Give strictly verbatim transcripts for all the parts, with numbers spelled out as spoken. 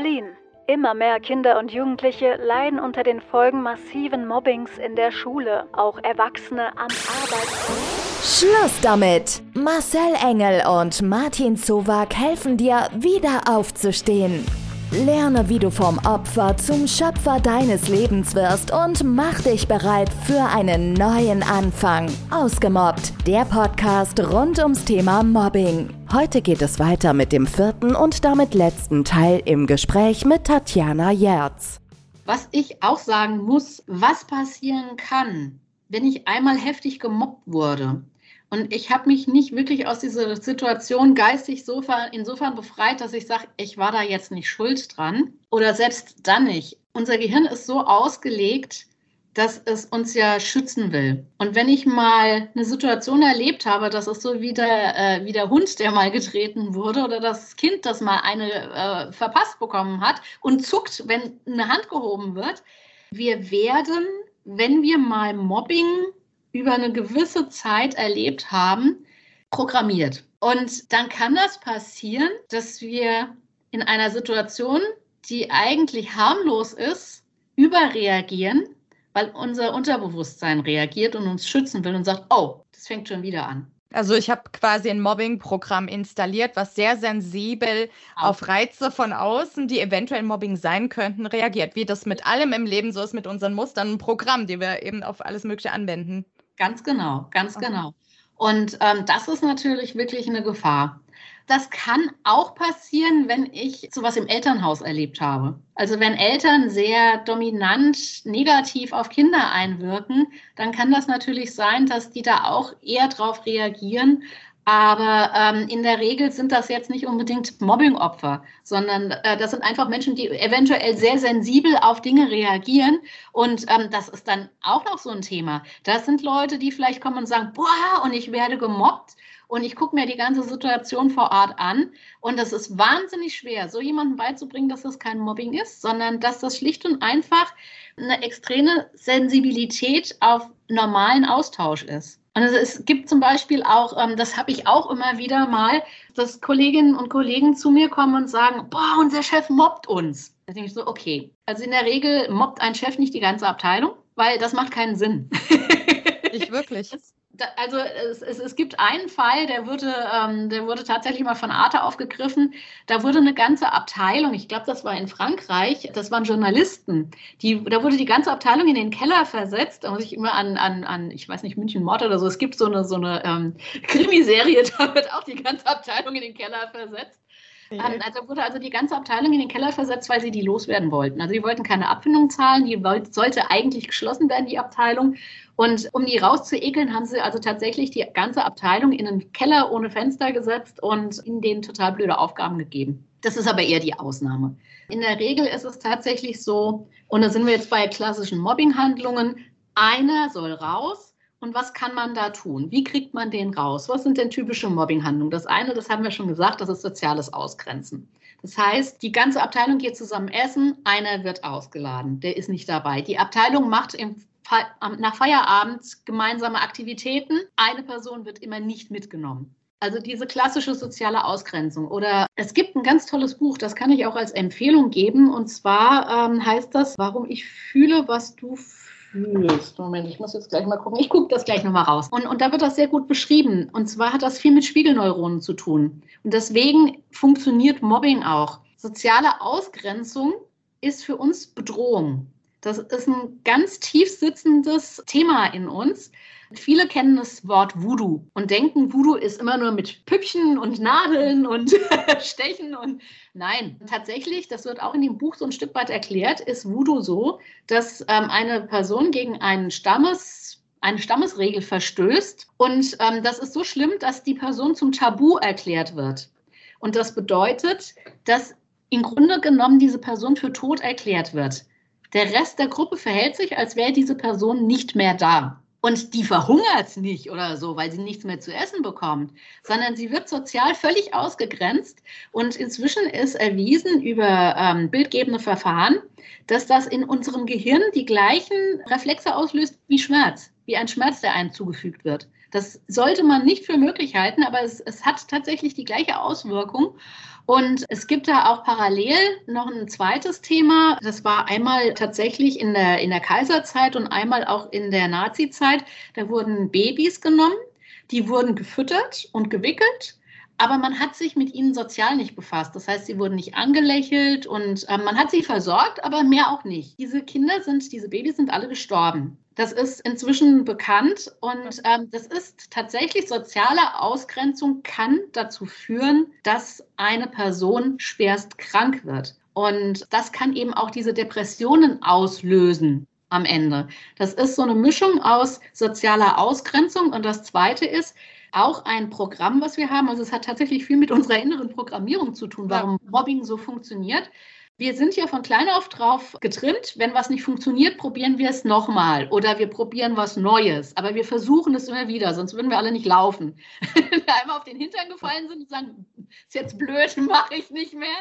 Berlin. Immer mehr Kinder und Jugendliche leiden unter den Folgen massiven Mobbings in der Schule, auch Erwachsene am Arbeitsplatz. Schluss damit! Marcel Engel und Martin Zowak helfen dir, wieder aufzustehen. Lerne, wie du vom Opfer zum Schöpfer deines Lebens wirst und mach dich bereit für einen neuen Anfang. Ausgemobbt, der Podcast rund ums Thema Mobbing. Heute geht es weiter mit dem vierten und damit letzten Teil im Gespräch mit Tatjana Jerz. Was ich auch sagen muss, was passieren kann, wenn ich einmal heftig gemobbt wurde. Und ich habe mich nicht wirklich aus dieser Situation geistig insofern befreit, dass ich sage, ich war da jetzt nicht schuld dran oder selbst dann nicht. Unser Gehirn ist so ausgelegt, dass es uns ja schützen will. Und wenn ich mal eine Situation erlebt habe, dass es so wie der, äh, wie der Hund, der mal getreten wurde oder das Kind, das mal eine äh, verpasst bekommen hat und zuckt, wenn eine Hand gehoben wird, wir werden, wenn wir mal Mobbing über eine gewisse Zeit erlebt haben, programmiert. Und dann kann das passieren, dass wir in einer Situation, die eigentlich harmlos ist, überreagieren, weil unser Unterbewusstsein reagiert und uns schützen will und sagt, oh, das fängt schon wieder an. Also ich habe quasi ein Mobbing-Programm installiert, was sehr sensibel Auch. auf Reize von außen, die eventuell Mobbing sein könnten, reagiert. Wie das mit allem im Leben so ist, mit unseren Mustern, ein Programm, die wir eben auf alles Mögliche anwenden. Ganz genau, ganz okay. genau. Und ähm, das ist natürlich wirklich eine Gefahr. Das kann auch passieren, wenn ich sowas im Elternhaus erlebt habe. Also wenn Eltern sehr dominant negativ auf Kinder einwirken, dann kann das natürlich sein, dass die da auch eher drauf reagieren. Aber ähm, in der Regel sind das jetzt nicht unbedingt Mobbing-Opfer, sondern äh, das sind einfach Menschen, die eventuell sehr sensibel auf Dinge reagieren. Und ähm, das ist dann auch noch so ein Thema. Das sind Leute, die vielleicht kommen und sagen, boah, und ich werde gemobbt. Und ich gucke mir die ganze Situation vor Ort an. Und das ist wahnsinnig schwer, so jemandem beizubringen, dass das kein Mobbing ist, sondern dass das schlicht und einfach eine extreme Sensibilität auf normalen Austausch ist. Und es gibt zum Beispiel auch, das habe ich auch immer wieder mal, dass Kolleginnen und Kollegen zu mir kommen und sagen, boah, unser Chef mobbt uns. Da denke ich so, okay. Also in der Regel mobbt ein Chef nicht die ganze Abteilung, weil das macht keinen Sinn. Nicht wirklich. Also es, es, es gibt einen Fall, der wurde, ähm, der wurde tatsächlich mal von Arte aufgegriffen. Da wurde eine ganze Abteilung, ich glaube, das war in Frankreich, das waren Journalisten, die, da wurde die ganze Abteilung in den Keller versetzt. Da muss ich immer an, an, an ich weiß nicht, München Mord oder so, es gibt so eine, so eine ähm, Krimiserie, da wird auch die ganze Abteilung in den Keller versetzt. Ja. Ähm, also wurde also die ganze Abteilung in den Keller versetzt, weil sie die loswerden wollten. Also die wollten keine Abfindung zahlen, die wollte, sollte eigentlich geschlossen werden, die Abteilung. Und um die rauszuekeln, haben sie also tatsächlich die ganze Abteilung in einen Keller ohne Fenster gesetzt und ihnen denen total blöde Aufgaben gegeben. Das ist aber eher die Ausnahme. In der Regel ist es tatsächlich so, und da sind wir jetzt bei klassischen Mobbinghandlungen, einer soll raus. Und was kann man da tun? Wie kriegt man den raus? Was sind denn typische Mobbinghandlungen? Das eine, das haben wir schon gesagt, das ist soziales Ausgrenzen. Das heißt, die ganze Abteilung geht zusammen essen, einer wird ausgeladen, der ist nicht dabei. Die Abteilung macht im nach Feierabend gemeinsame Aktivitäten. Eine Person wird immer nicht mitgenommen. Also diese klassische soziale Ausgrenzung. Oder es gibt ein ganz tolles Buch, das kann ich auch als Empfehlung geben. Und zwar ähm, heißt das, warum ich fühle, was du fühlst. Moment, ich muss jetzt gleich mal gucken. Ich gucke das gleich nochmal raus. Und, und da wird das sehr gut beschrieben. Und zwar hat das viel mit Spiegelneuronen zu tun. Und deswegen funktioniert Mobbing auch. Soziale Ausgrenzung ist für uns Bedrohung. Das ist ein ganz tief sitzendes Thema in uns. Viele kennen das Wort Voodoo und denken, Voodoo ist immer nur mit Püppchen und Nadeln und Stechen. Und nein, tatsächlich, das wird auch in dem Buch so ein Stück weit erklärt, ist Voodoo so, dass ähm, eine Person gegen einen Stammes, eine Stammesregel verstößt. Und ähm, das ist so schlimm, dass die Person zum Tabu erklärt wird. Und das bedeutet, dass im Grunde genommen diese Person für tot erklärt wird. Der Rest der Gruppe verhält sich, als wäre diese Person nicht mehr da. Und die verhungert nicht oder so, weil sie nichts mehr zu essen bekommt, sondern sie wird sozial völlig ausgegrenzt. Und inzwischen ist erwiesen über ähm, bildgebende Verfahren, dass das in unserem Gehirn die gleichen Reflexe auslöst wie Schmerz, wie ein Schmerz, der einem zugefügt wird. Das sollte man nicht für möglich halten, aber es, es hat tatsächlich die gleiche Auswirkung. Und es gibt da auch parallel noch ein zweites Thema. Das war einmal tatsächlich in der, in der Kaiserzeit und einmal auch in der Nazizeit. Da wurden Babys genommen, die wurden gefüttert und gewickelt. Aber man hat sich mit ihnen sozial nicht befasst. Das heißt, sie wurden nicht angelächelt und äh, man hat sie versorgt, aber mehr auch nicht. Diese Kinder sind, diese Babys sind alle gestorben. Das ist inzwischen bekannt und ähm, das ist tatsächlich, soziale Ausgrenzung kann dazu führen, dass eine Person schwerst krank wird. Und das kann eben auch diese Depressionen auslösen am Ende. Das ist so eine Mischung aus sozialer Ausgrenzung und das Zweite ist, auch ein Programm, was wir haben, also es hat tatsächlich viel mit unserer inneren Programmierung zu tun, warum Mobbing so funktioniert. Wir sind ja von klein auf drauf getrimmt, wenn was nicht funktioniert, probieren wir es nochmal oder wir probieren was Neues, aber wir versuchen es immer wieder, sonst würden wir alle nicht laufen. Wenn wir einmal auf den Hintern gefallen sind und sagen, ist jetzt blöd, mache ich nicht mehr,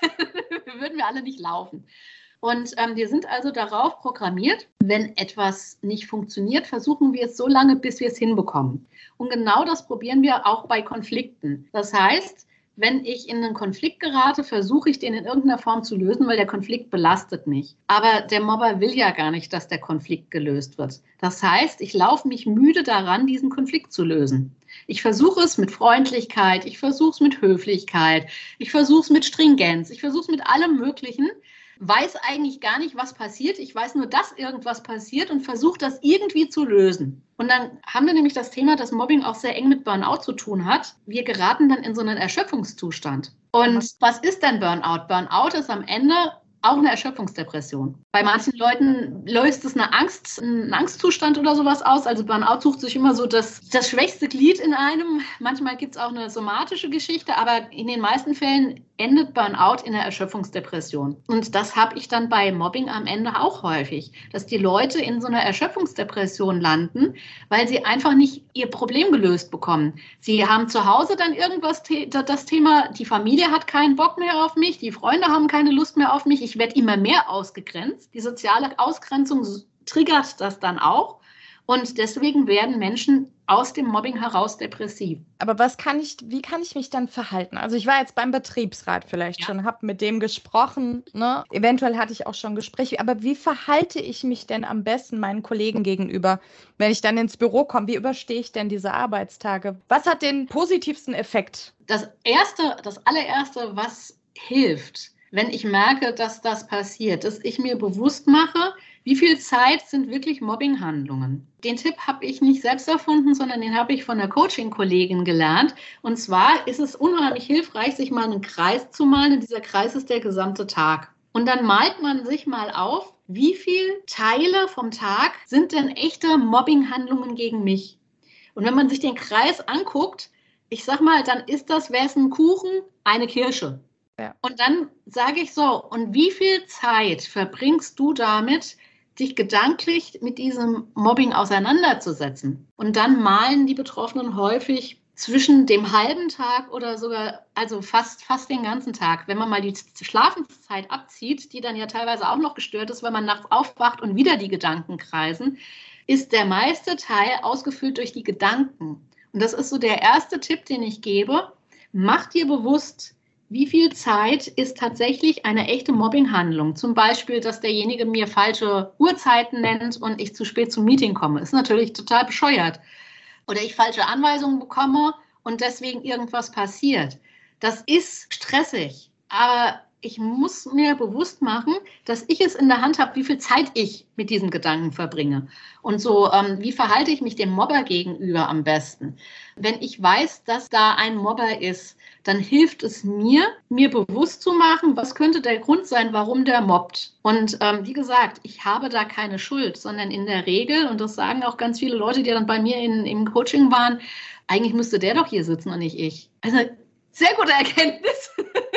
würden wir alle nicht laufen. Und ähm, wir sind also darauf programmiert, wenn etwas nicht funktioniert, versuchen wir es so lange, bis wir es hinbekommen. Und genau das probieren wir auch bei Konflikten. Das heißt, wenn ich in einen Konflikt gerate, versuche ich den in irgendeiner Form zu lösen, weil der Konflikt belastet mich. Aber der Mobber will ja gar nicht, dass der Konflikt gelöst wird. Das heißt, ich laufe mich müde daran, diesen Konflikt zu lösen. Ich versuche es mit Freundlichkeit, ich versuche es mit Höflichkeit, ich versuche es mit Stringenz, ich versuche es mit allem Möglichen. Weiß eigentlich gar nicht, was passiert. Ich weiß nur, dass irgendwas passiert und versuche das irgendwie zu lösen. Und dann haben wir nämlich das Thema, dass Mobbing auch sehr eng mit Burnout zu tun hat. Wir geraten dann in so einen Erschöpfungszustand. Und was ist denn Burnout? Burnout ist am Ende auch eine Erschöpfungsdepression. Bei manchen Leuten löst es eine Angst, einen Angstzustand oder sowas aus. Also Burnout sucht sich immer so das, das schwächste Glied in einem. Manchmal gibt es auch eine somatische Geschichte, aber in den meisten Fällen endet Burnout in einer Erschöpfungsdepression. Und das habe ich dann bei Mobbing am Ende auch häufig, dass die Leute in so einer Erschöpfungsdepression landen, weil sie einfach nicht ihr Problem gelöst bekommen. Sie haben zu Hause dann irgendwas, das Thema, die Familie hat keinen Bock mehr auf mich, die Freunde haben keine Lust mehr auf mich, ich werde immer mehr ausgegrenzt. Die soziale Ausgrenzung triggert das dann auch. Und deswegen werden Menschen aus dem Mobbing heraus depressiv. Aber was kann ich, wie kann ich mich dann verhalten? Also ich war jetzt beim Betriebsrat vielleicht ja. schon, habe mit dem gesprochen, ne? Eventuell hatte ich auch schon Gespräche, aber wie verhalte ich mich denn am besten meinen Kollegen gegenüber, wenn ich dann ins Büro komme? Wie überstehe ich denn diese Arbeitstage? Was hat den positivsten Effekt? Das erste, das allererste, was hilft, wenn ich merke, dass das passiert, dass ich mir bewusst mache, wie viel Zeit sind wirklich Mobbinghandlungen. Den Tipp habe ich nicht selbst erfunden, sondern den habe ich von einer Coaching-Kollegin gelernt. Und zwar ist es unheimlich hilfreich, sich mal einen Kreis zu malen. Und dieser Kreis ist der gesamte Tag. Und dann malt man sich mal auf, wie viele Teile vom Tag sind denn echte Mobbinghandlungen gegen mich. Und wenn man sich den Kreis anguckt, ich sag mal, dann ist das, wäre es ein Kuchen, eine Kirsche. Ja. Und dann sage ich so, und wie viel Zeit verbringst du damit, dich gedanklich mit diesem Mobbing auseinanderzusetzen? Und dann malen die Betroffenen häufig zwischen dem halben Tag oder sogar, also fast, fast den ganzen Tag. Wenn man mal die Schlafenszeit abzieht, die dann ja teilweise auch noch gestört ist, weil man nachts aufwacht und wieder die Gedanken kreisen, ist der meiste Teil ausgefüllt durch die Gedanken. Und das ist so der erste Tipp, den ich gebe. Mach dir bewusst, wie viel Zeit ist tatsächlich eine echte Mobbinghandlung? Zum Beispiel, dass derjenige mir falsche Uhrzeiten nennt und ich zu spät zum Meeting komme. Ist natürlich total bescheuert. Oder ich falsche Anweisungen bekomme und deswegen irgendwas passiert. Das ist stressig, aber ich muss mir bewusst machen, dass ich es in der Hand habe, wie viel Zeit ich mit diesen Gedanken verbringe. Und so, ähm, wie verhalte ich mich dem Mobber gegenüber am besten? Wenn ich weiß, dass da ein Mobber ist, dann hilft es mir, mir bewusst zu machen, was könnte der Grund sein, warum der mobbt. Und ähm, wie gesagt, ich habe da keine Schuld, sondern in der Regel, und das sagen auch ganz viele Leute, die dann bei mir in, im Coaching waren, eigentlich müsste der doch hier sitzen und nicht ich. Also sehr gute Erkenntnis.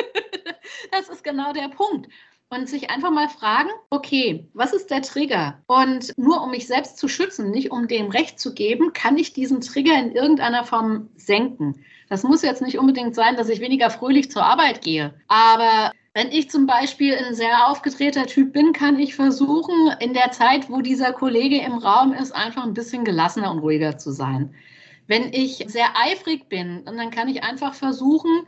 Das ist genau der Punkt. Und sich einfach mal fragen, okay, was ist der Trigger? Und nur um mich selbst zu schützen, nicht um dem Recht zu geben, kann ich diesen Trigger in irgendeiner Form senken. Das muss jetzt nicht unbedingt sein, dass ich weniger fröhlich zur Arbeit gehe. Aber wenn ich zum Beispiel ein sehr aufgedrehter Typ bin, kann ich versuchen, in der Zeit, wo dieser Kollege im Raum ist, einfach ein bisschen gelassener und ruhiger zu sein. Wenn ich sehr eifrig bin, dann kann ich einfach versuchen,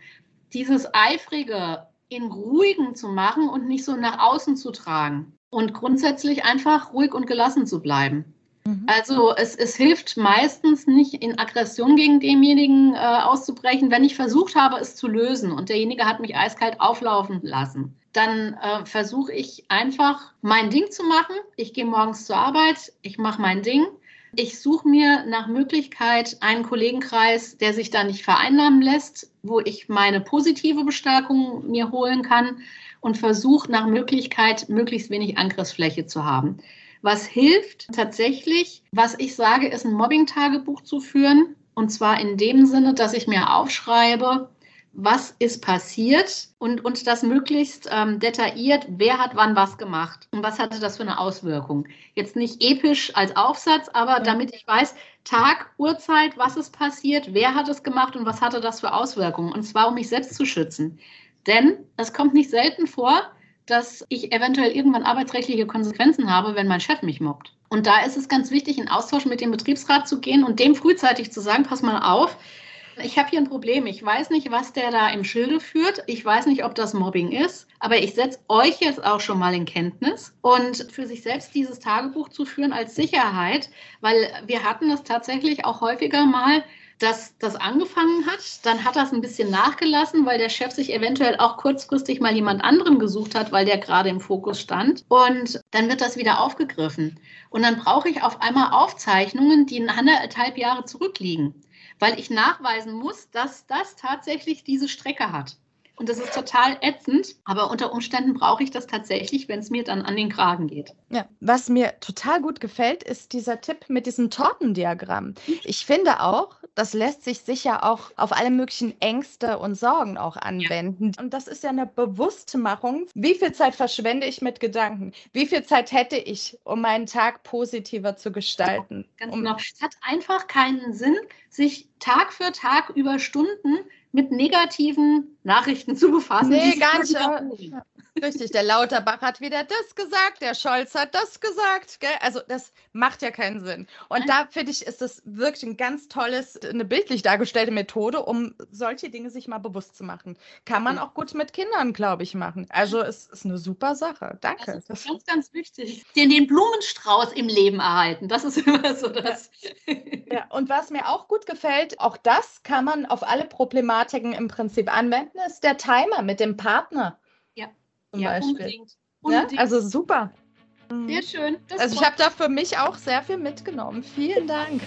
dieses Eifrige in Ruhigen zu machen und nicht so nach außen zu tragen. Und grundsätzlich einfach ruhig und gelassen zu bleiben. Mhm. Also es, es hilft meistens nicht, in Aggression gegen denjenigen äh, auszubrechen, wenn ich versucht habe, es zu lösen und derjenige hat mich eiskalt auflaufen lassen. Dann äh, versuche ich einfach, mein Ding zu machen. Ich gehe morgens zur Arbeit, ich mache mein Ding. Ich suche mir nach Möglichkeit einen Kollegenkreis, der sich da nicht vereinnahmen lässt, wo ich meine positive Bestärkung mir holen kann und versuche nach Möglichkeit, möglichst wenig Angriffsfläche zu haben. Was hilft tatsächlich, was ich sage, ist ein Mobbing-Tagebuch zu führen. Und zwar in dem Sinne, dass ich mir aufschreibe, was ist passiert und, und das möglichst ähm, detailliert, wer hat wann was gemacht und was hatte das für eine Auswirkung. Jetzt nicht episch als Aufsatz, aber ja. damit ich weiß, Tag, Uhrzeit, was ist passiert, wer hat es gemacht und was hatte das für Auswirkungen. Und zwar, um mich selbst zu schützen. Denn es kommt nicht selten vor, dass ich eventuell irgendwann arbeitsrechtliche Konsequenzen habe, wenn mein Chef mich mobbt. Und da ist es ganz wichtig, in Austausch mit dem Betriebsrat zu gehen und dem frühzeitig zu sagen, pass mal auf, ich habe hier ein Problem. Ich weiß nicht, was der da im Schilde führt. Ich weiß nicht, ob das Mobbing ist. Aber ich setze euch jetzt auch schon mal in Kenntnis. Und für sich selbst dieses Tagebuch zu führen als Sicherheit, weil wir hatten es tatsächlich auch häufiger mal, dass das angefangen hat. Dann hat das ein bisschen nachgelassen, weil der Chef sich eventuell auch kurzfristig mal jemand anderen gesucht hat, weil der gerade im Fokus stand. Und dann wird das wieder aufgegriffen. Und dann brauche ich auf einmal Aufzeichnungen, die anderthalb Jahre zurückliegen, weil ich nachweisen muss, dass das tatsächlich diese Strecke hat. Und das ist total ätzend, aber unter Umständen brauche ich das tatsächlich, wenn es mir dann an den Kragen geht. Ja, was mir total gut gefällt, ist dieser Tipp mit diesem Tortendiagramm. Ich finde auch, das lässt sich sicher auch auf alle möglichen Ängste und Sorgen auch anwenden. Ja. Und das ist ja eine Bewusstmachung. Wie viel Zeit verschwende ich mit Gedanken? Wie viel Zeit hätte ich, um meinen Tag positiver zu gestalten? Ja, ganz um genau. Es hat einfach keinen Sinn, sich Tag für Tag über Stunden mit negativen Nachrichten zu befassen. Nee, gar nicht. Ja, richtig, der Lauterbach hat wieder das gesagt, der Scholz hat das gesagt. Gell? Also das macht ja keinen Sinn. Und Nein. da finde ich, ist das wirklich ein ganz tolles, eine bildlich dargestellte Methode, um solche Dinge sich mal bewusst zu machen. Kann man auch gut mit Kindern, glaube ich, machen. Also es ist eine super Sache. Danke. Das ist das ganz, ganz wichtig. Den, den Blumenstrauß im Leben erhalten. Das ist immer so das. Ja. Ja, und was mir auch gut gefällt, auch das kann man auf alle Problematiken im Prinzip anwenden, ist der Timer mit dem Partner. Ja, zum ja Beispiel. Unbedingt. unbedingt. Ja, also super. Sehr schön. Das also ich habe da für mich auch sehr viel mitgenommen. Vielen Dank.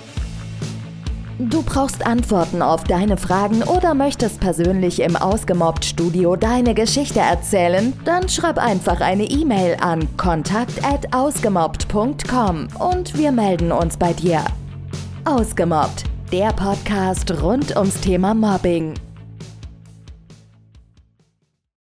Du brauchst Antworten auf deine Fragen oder möchtest persönlich im Ausgemobbt-Studio deine Geschichte erzählen? Dann schreib einfach eine E-Mail an kontakt at ausgemobbt punkt com und wir melden uns bei dir. Ausgemobbt, der Podcast rund ums Thema Mobbing.